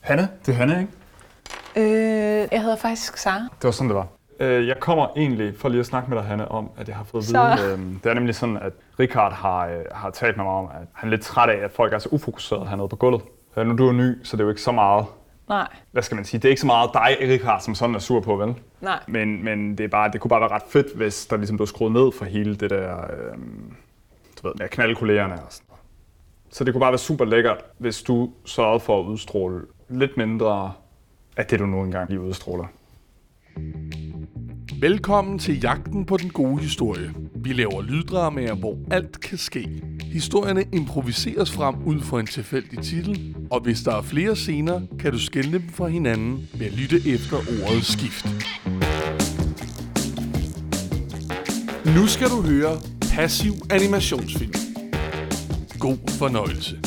Hanne, det er Hanne, ikke? Jeg hedder faktisk Sara. Det var sådan, det var. Jeg kommer egentlig for lige at snakke med dig, Hanne, om, at jeg har fået at vide. Det er nemlig sådan, at Richard har talt med mig om, at han er lidt træt af, at folk er så ufokuseret hernede på gulvet. Nu du er ny, så det er jo ikke så meget... Nej. Hvad skal man sige? Det er ikke så meget dig, Richard, som sådan er sur på, vel? Nej. Men det kunne bare være ret fedt, hvis der ligesom blev skruet ned for hele det der... du ved, med at knalde kollegerne og sådan noget. Så det kunne bare være super lækkert, hvis du sørgede for at udstråle lidt mindre af det, du nu engang lige udstråler. Velkommen til Jagten på den gode historie. Vi laver lyddramaer, hvor alt kan ske. Historierne improviseres frem ud fra en tilfældig titel, og hvis der er flere scener, kan du skelne dem fra hinanden ved at lytte efter ordet skift. Nu skal du høre passiv animationsfilm. God fornøjelse.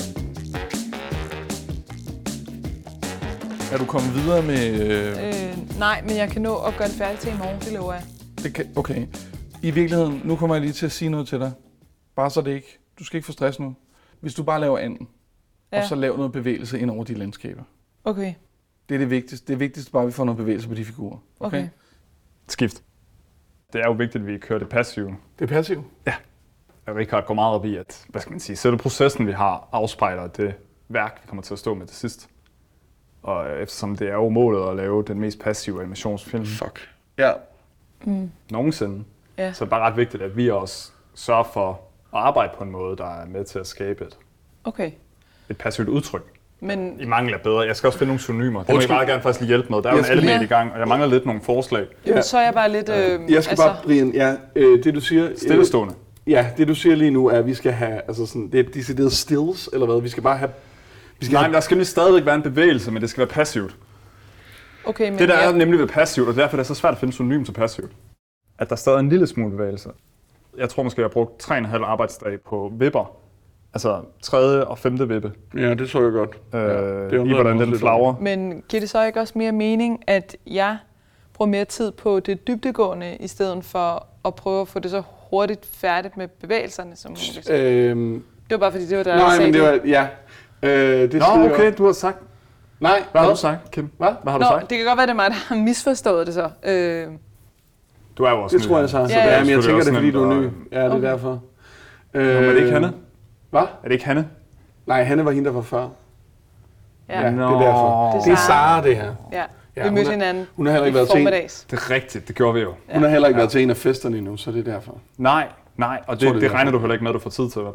Er du kommet videre med... Nej, men jeg kan nå at gøre det færdigt til i morgen, det lover jeg. Okay. I virkeligheden, nu kommer jeg lige til at sige noget til dig. Bare så det ikke... Du skal ikke få stress nu. Hvis du bare laver anden, og så laver noget bevægelse ind over de landskaber. Okay. Det er det vigtigste. Det er vigtigst bare, at vi får noget bevægelse på de figurer. Okay? Skift. Det er jo vigtigt, at vi kører det passive. Det er passivt? Ja. Richard går meget op i, at, hvad skal man sige, selve processen, vi har, afspejler det værk, vi kommer til at stå med til sidst. Og eftersom det er jo målet at lave den mest passive animationsfilm. Fuck. Ja. Nogensinde. Ja. Så det er bare ret vigtigt, at vi også sørger for at arbejde på en måde, der er med til at skabe et passivt udtryk. Men... I mangel af bedre. Jeg skal også finde nogle synonymer. Det må jeg meget gerne faktisk lige hjælpe med. Der er jo en element i gang, og jeg mangler lidt nogle forslag. Ja. Så er jeg bare lidt... Jeg skal bare, Brian, det du siger... Stillestående. Det du siger lige nu er, at vi skal have, altså sådan, det er decideret stills, eller hvad? Vi skal bare have... Men der skal nemlig stadigvæk være en bevægelse, men det skal være passivt. Okay, men det der er nemlig ved passivt, og derfor er det så svært at finde synonym til passivt. At der stadig er en lille smule bevægelse. Jeg tror måske, jeg har brugt 3,5 arbejdsdage på vipper. Altså 3. og 5. vippe. Ja, det så jeg godt. I hvordan den flagrer. Men giver det så ikke også mere mening, at jeg bruger mere tid på det dybdegående, i stedet for at prøve at få det så hurtigt færdigt med bevægelserne som muligt? Det var bare fordi, det var der, jeg sagde men det. Var, ja. Okay, du har sagt... Nej. Hvad har du sagt, Kim? Hvad har du sagt? Det kan godt være, det er mig, der har misforstået det så. Du er jo også det tror jeg så. Men jeg tænker, det er fordi, du er ny. Ja, det er derfor. Er det ikke Hanne? Hvad? Er det ikke Hanne? Nej, Hanne var hende, der var før. Ja, det er derfor. Det er Sara, det her. Ja, vi mødte hinanden hun har heller ikke været til Det er rigtigt, det gjorde vi jo. Hun har heller ikke været til en af festerne endnu, så det er derfor. Nej, og det regner du heller ikke med, at du får tid til, vel?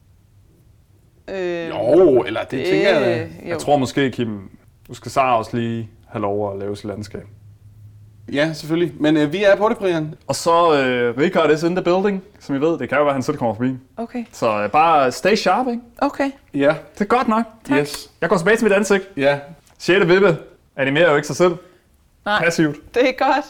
Jo, eller det tænker jeg. Jeg tror måske, Kim, du skal Sara også lige have lov at lave sit landskab. Ja, selvfølgelig. Men vi er på det, Brian. Og så Richard is in the building, som I ved. Det kan jo være, at han selv kommer forbi. Okay. Så bare stay sharp, ikke? Okay. Ja. Det er godt nok. Tak. Yes. Jeg går tilbage til mit ansigt. Ja. 6. vippe animerer jo ikke sig selv. Nej. Passivt. Det er godt.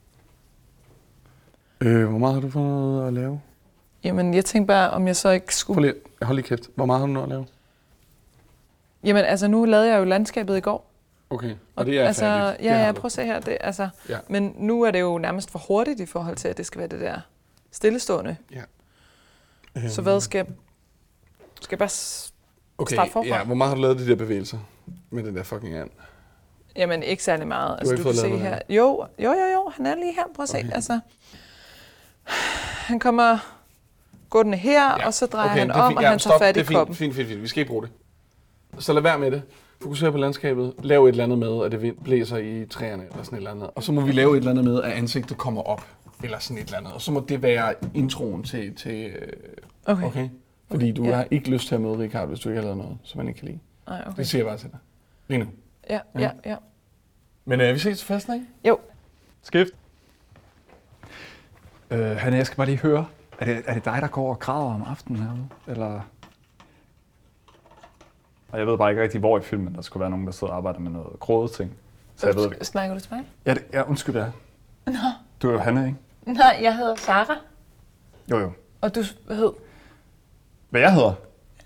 Hvor meget har du fået noget at lave? Jamen, jeg tænkte bare, om jeg så ikke skulle... Hold lige kæft. Hvor meget har du noget at lave? Jamen, altså nu lavede jeg jo landskabet i går. Okay, og det er altså, færdigt? Ja, prøv at se her. Det, altså, men nu er det jo nærmest for hurtigt i forhold til, at det skal være det der stillestående. Ja. Så hvad skal jeg bare starte forfra? Ja, hvor meget har du lavet de der bevægelser med den der fucking and? Jamen, ikke særlig meget. Altså, du kan se her. Jo, han er lige her. Prøv at se. Altså, han kommer gående her, og så drejer han om, og han tager fat i koppen. Fint. Vi skal ikke bruge det. Så lad være med det. Fokuser på landskabet. Lav et eller andet med, at det blæser i træerne, eller sådan et eller andet. Og så må vi lave et eller andet med, at ansigtet kommer op, eller sådan et eller andet. Og så må det være introen til okay? Fordi du har ikke lyst til at møde Richard, hvis du ikke har lavet noget, som man ikke kan lide. Nej, okay. Det siger jeg bare til dig. Lige nu. Ja. Men vi ses til festen, ikke? Jo. Skift. Hanne, jeg skal bare lige høre. Er det dig, der går og græder om aftenen herude? Eller... Og jeg ved bare ikke rigtig, hvor i filmen der skulle være nogen, der sidder og arbejder med noget gråde ting. Så jeg ved ikke. Snakker du til mig? Ja, undskyld, det er. Nå. Du er jo Hanne, ikke? Nej, jeg hedder Sara. Jo. Og du hed? Hvad jeg hedder?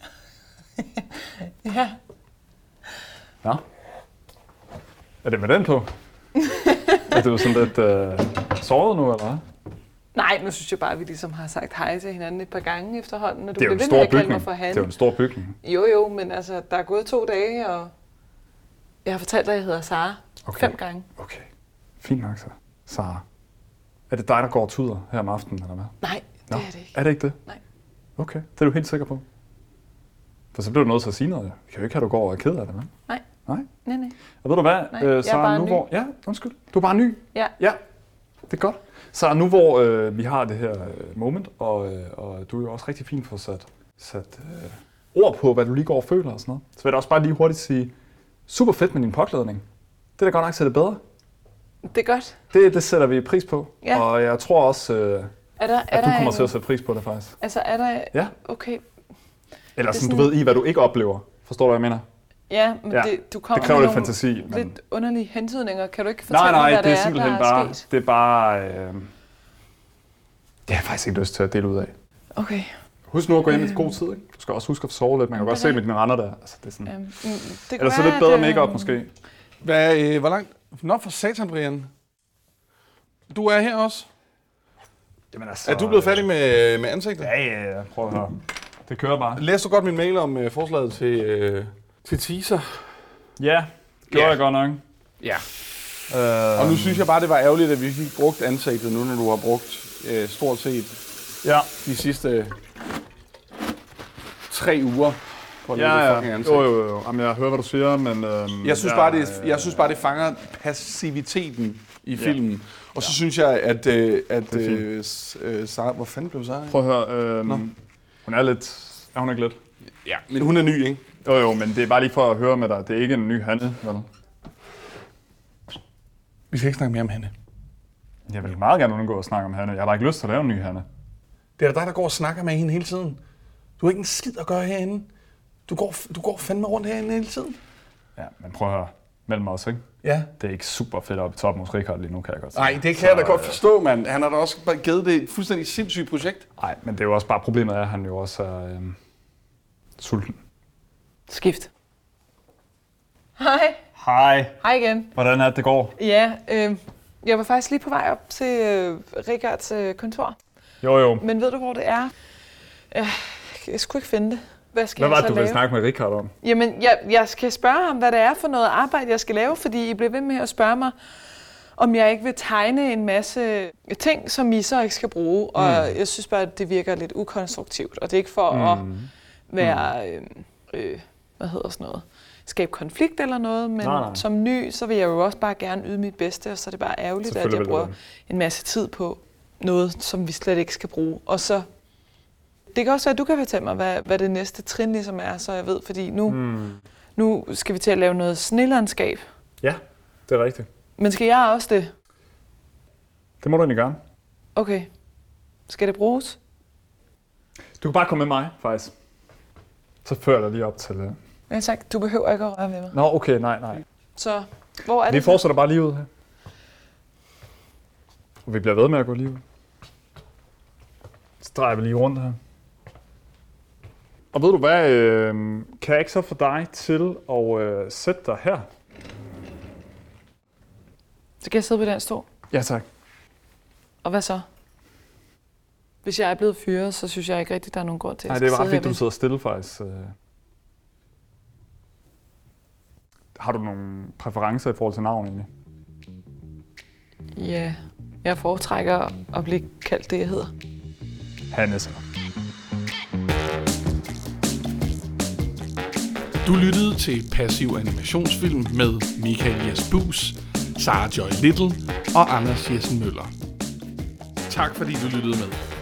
Ja. Nå. Er det med den på? Er du sådan lidt såret nu, eller hvad? Nej, nu synes jeg bare, at vi ligesom har sagt hej til hinanden et par gange efterhånden, og du det er jo bliver en ved med stor at kalde bygning. mig for Hanne. Det er jo en stor bygning. Jo, men altså, der er gået 2 dage, og Jeg har fortalt dig, at jeg hedder Sara 5 gange. Okay. Fint nok så. Sara. Er det dig, der går og tuder her om aftenen, eller hvad? Nej, det er det ikke. Er det ikke det? Nej. Okay, det er du helt sikker på? For så bliver du nødt til at sige noget. Jeg kan jo ikke have, at du går og er ked af det, hva'? Nej. Nej? Nej. Og ved du hvad, Nej, Sara, nu ny. hvor... Ja, undskyld. Du er bare ny? Ja. Ja, det er godt. Så nu hvor vi har det her moment, og du er jo også rigtig fint for sat ord på, hvad du lige går og føler og sådan noget, så vil jeg også bare lige hurtigt sige, super fedt med din påklædning. Det er da godt nok til det bedre. Det er godt. Det sætter vi pris på, ja. Og jeg tror også, at du kommer til at sætte pris på det faktisk. Altså er der... Ja. Okay. Eller sådan, du ved i, hvad du ikke oplever. Forstår du, hvad jeg mener? Ja, men du kommer det kræver med lidt fantasi. Men... lidt underlige hentydninger. Kan du ikke fortælle mig, hvad det er simpelthen bare, sket? det er bare... det har jeg faktisk ikke lyst til at dele ud af. Okay. Husk nu at gå hjem i god tid, ikke? Du skal også huske at sove lidt. Man kan godt se med dine render der. Altså, det er sådan... det eller så lidt bedre make-up måske. Hvor langt? Nå, for satan, Brian. Du er her også? Jamen altså... Er du blevet færdig med ansigtet? Ja. Prøv at høre. Det kører bare. Læste du godt min mail om forslaget til teaser? Ja, det gjorde jeg godt nok. Ja. Og nu synes jeg bare, det var ærgerligt, at vi ikke brugt ansigtet nu, når du har brugt stort set de sidste 3 uger på at lave det fucking ansigt. Jo. Jamen, jeg hører, hvad du siger, men... jeg synes bare, det fanger passiviteten i filmen. Og så synes jeg, at Sara... Hvor fanden blev Sara? Prøv at høre. Hun er lidt... Er hun ikke lidt? Ja, men hun er ny, ikke? Jo, men det er bare lige for at høre med dig. Det er ikke en ny Hanne, vel? Vi skal ikke snakke mere om Hanne. Jeg vil meget gerne undgå at snakke om Hanne. Jeg har bare ikke lyst til at lave en ny Hanne. Det er da dig, der går og snakker med hende hele tiden. Du har ikke en skid at gøre herinde. Du går fandme rundt herinde hele tiden. Ja, men prøv at høre. Mellem os, ikke? Ja. Det er ikke super fedt oppe i toppen hos Richard lige nu, kan jeg godt sige. Nej, det kan jeg da godt forstå, mand. Han har da også bare givet det et fuldstændig sindssygt projekt. Nej, men det er jo også bare problemet af, at han jo også er sulten. Skift. Hej. Hej. Hej igen. Hvordan er det går? Ja, jeg var faktisk lige på vej op til Richards kontor. Jo. Men ved du, hvor det er? Jeg skulle ikke finde det. Hvad var det, du ville snakke med Richard om? Jamen, jeg skal spørge ham, hvad det er for noget arbejde, jeg skal lave, fordi I bliver ved med at spørge mig, om jeg ikke vil tegne en masse ting, som I så ikke skal bruge. Og jeg synes bare, at det virker lidt ukonstruktivt. Og det er ikke for at være, hvad hedder sådan noget, skabe konflikt eller noget, men som ny, så vil jeg jo også bare gerne yde mit bedste, og så er det bare ærgerligt, at jeg bruger en masse tid på noget, som vi slet ikke skal bruge. Og så, det kan også være, at du kan fortælle mig, hvad det næste trin ligesom er, så jeg ved, fordi nu skal vi til at lave noget snelandskab. Ja, det er rigtigt. Men skal jeg også det? Det må du egentlig gøre. Okay. Skal det bruges? Du kan bare komme med mig, faktisk. Så fører jeg dig lige op til det. Ja, tak. Du behøver ikke at røre ved mig. Nå, okay, nej. Så, hvor er det? Vi fortsætter bare lige ud her. Og vi bliver ved med at gå lige ud. Så drejer vi lige rundt her. Og ved du hvad, kan jeg ikke så få dig til at sætte dig her? Så kan jeg sidde på den stol? Ja, tak. Og hvad så? Hvis jeg er blevet fyret, så synes jeg ikke rigtigt, der er nogen grund til, at jeg skal sidde. Nej, det er bare fordi, du sidder stille faktisk. Har du nogle præferencer i forhold til navn egentlig? Ja, jeg foretrækker at blive kaldt det, jeg hedder. Hanne så. Du lyttede til Passiv Animationsfilm med Michael Jesbus, Sara Joy Little og Anders Jessen Møller. Tak fordi du lyttede med.